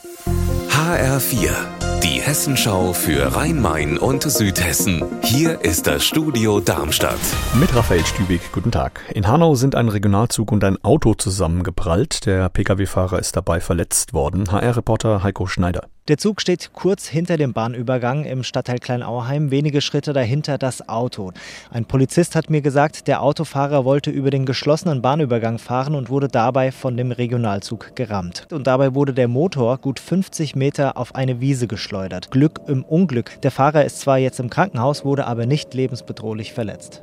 HR4, die Hessenschau für Rhein-Main und Südhessen. Hier ist das Studio Darmstadt. Mit Raphael Stübig, guten Tag. In Hanau sind ein Regionalzug und ein Auto zusammengeprallt. Der Pkw-Fahrer ist dabei verletzt worden. HR-Reporter Heiko Schneider. Der Zug steht kurz hinter dem Bahnübergang im Stadtteil Kleinauheim, wenige Schritte dahinter das Auto. Ein Polizist hat mir gesagt, der Autofahrer wollte über den geschlossenen Bahnübergang fahren und wurde dabei von dem Regionalzug gerammt. Und dabei wurde der Motor gut 50 Meter auf eine Wiese geschleudert. Glück im Unglück. Der Fahrer ist zwar jetzt im Krankenhaus, wurde aber nicht lebensbedrohlich verletzt.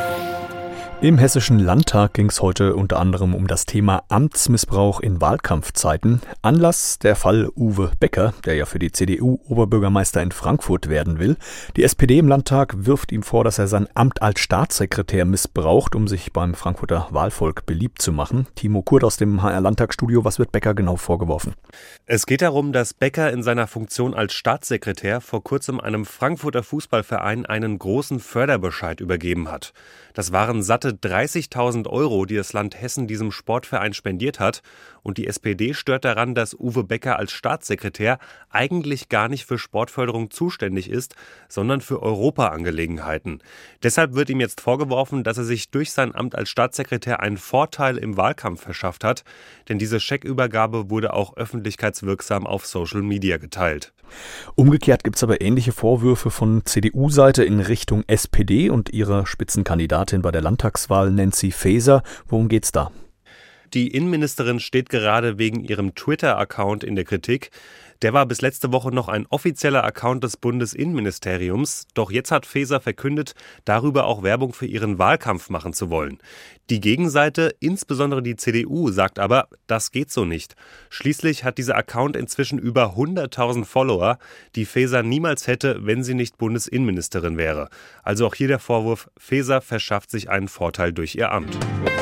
Im Hessischen Landtag ging es heute unter anderem um das Thema Amtsmissbrauch in Wahlkampfzeiten. Anlass der Fall Uwe Becker, der ja für die CDU Oberbürgermeister in Frankfurt werden will. Die SPD im Landtag wirft ihm vor, dass er sein Amt als Staatssekretär missbraucht, um sich beim Frankfurter Wahlvolk beliebt zu machen. Timo Kurt aus dem HR-Landtagsstudio, was wird Becker genau vorgeworfen? Es geht darum, dass Becker in seiner Funktion als Staatssekretär vor kurzem einem Frankfurter Fußballverein einen großen Förderbescheid übergeben hat. Das waren satte 30.000 Euro, die das Land Hessen diesem Sportverein spendiert hat. Und die SPD stört daran, dass Uwe Becker als Staatssekretär eigentlich gar nicht für Sportförderung zuständig ist, sondern für Europaangelegenheiten. Deshalb wird ihm jetzt vorgeworfen, dass er sich durch sein Amt als Staatssekretär einen Vorteil im Wahlkampf verschafft hat. Denn diese Scheckübergabe wurde auch öffentlichkeitswirksam auf Social Media geteilt. Umgekehrt gibt es aber ähnliche Vorwürfe von CDU-Seite in Richtung SPD und ihrer Spitzenkandidatin bei der Landtagswahl Nancy Faeser. Worum geht's da? Die Innenministerin steht gerade wegen ihrem Twitter-Account in der Kritik. Der war bis letzte Woche noch ein offizieller Account des Bundesinnenministeriums. Doch jetzt hat Faeser verkündet, darüber auch Werbung für ihren Wahlkampf machen zu wollen. Die Gegenseite, insbesondere die CDU, sagt aber, das geht so nicht. Schließlich hat dieser Account inzwischen über 100.000 Follower, die Faeser niemals hätte, wenn sie nicht Bundesinnenministerin wäre. Also auch hier der Vorwurf, Faeser verschafft sich einen Vorteil durch ihr Amt.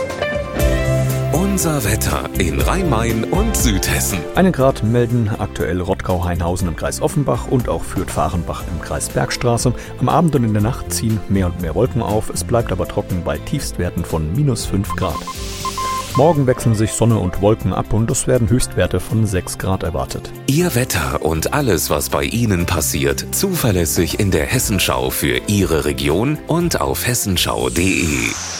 Unser Wetter in Rhein-Main und Südhessen. 1 Grad melden aktuell Rottgau-Hainhausen im Kreis Offenbach und auch Fürth-Fahrenbach im Kreis Bergstraße. Am Abend und in der Nacht ziehen mehr und mehr Wolken auf. Es bleibt aber trocken bei Tiefstwerten von -5 Grad. Morgen wechseln sich Sonne und Wolken ab und es werden Höchstwerte von 6 Grad erwartet. Ihr Wetter und alles, was bei Ihnen passiert, zuverlässig in der Hessenschau für Ihre Region und auf hessenschau.de.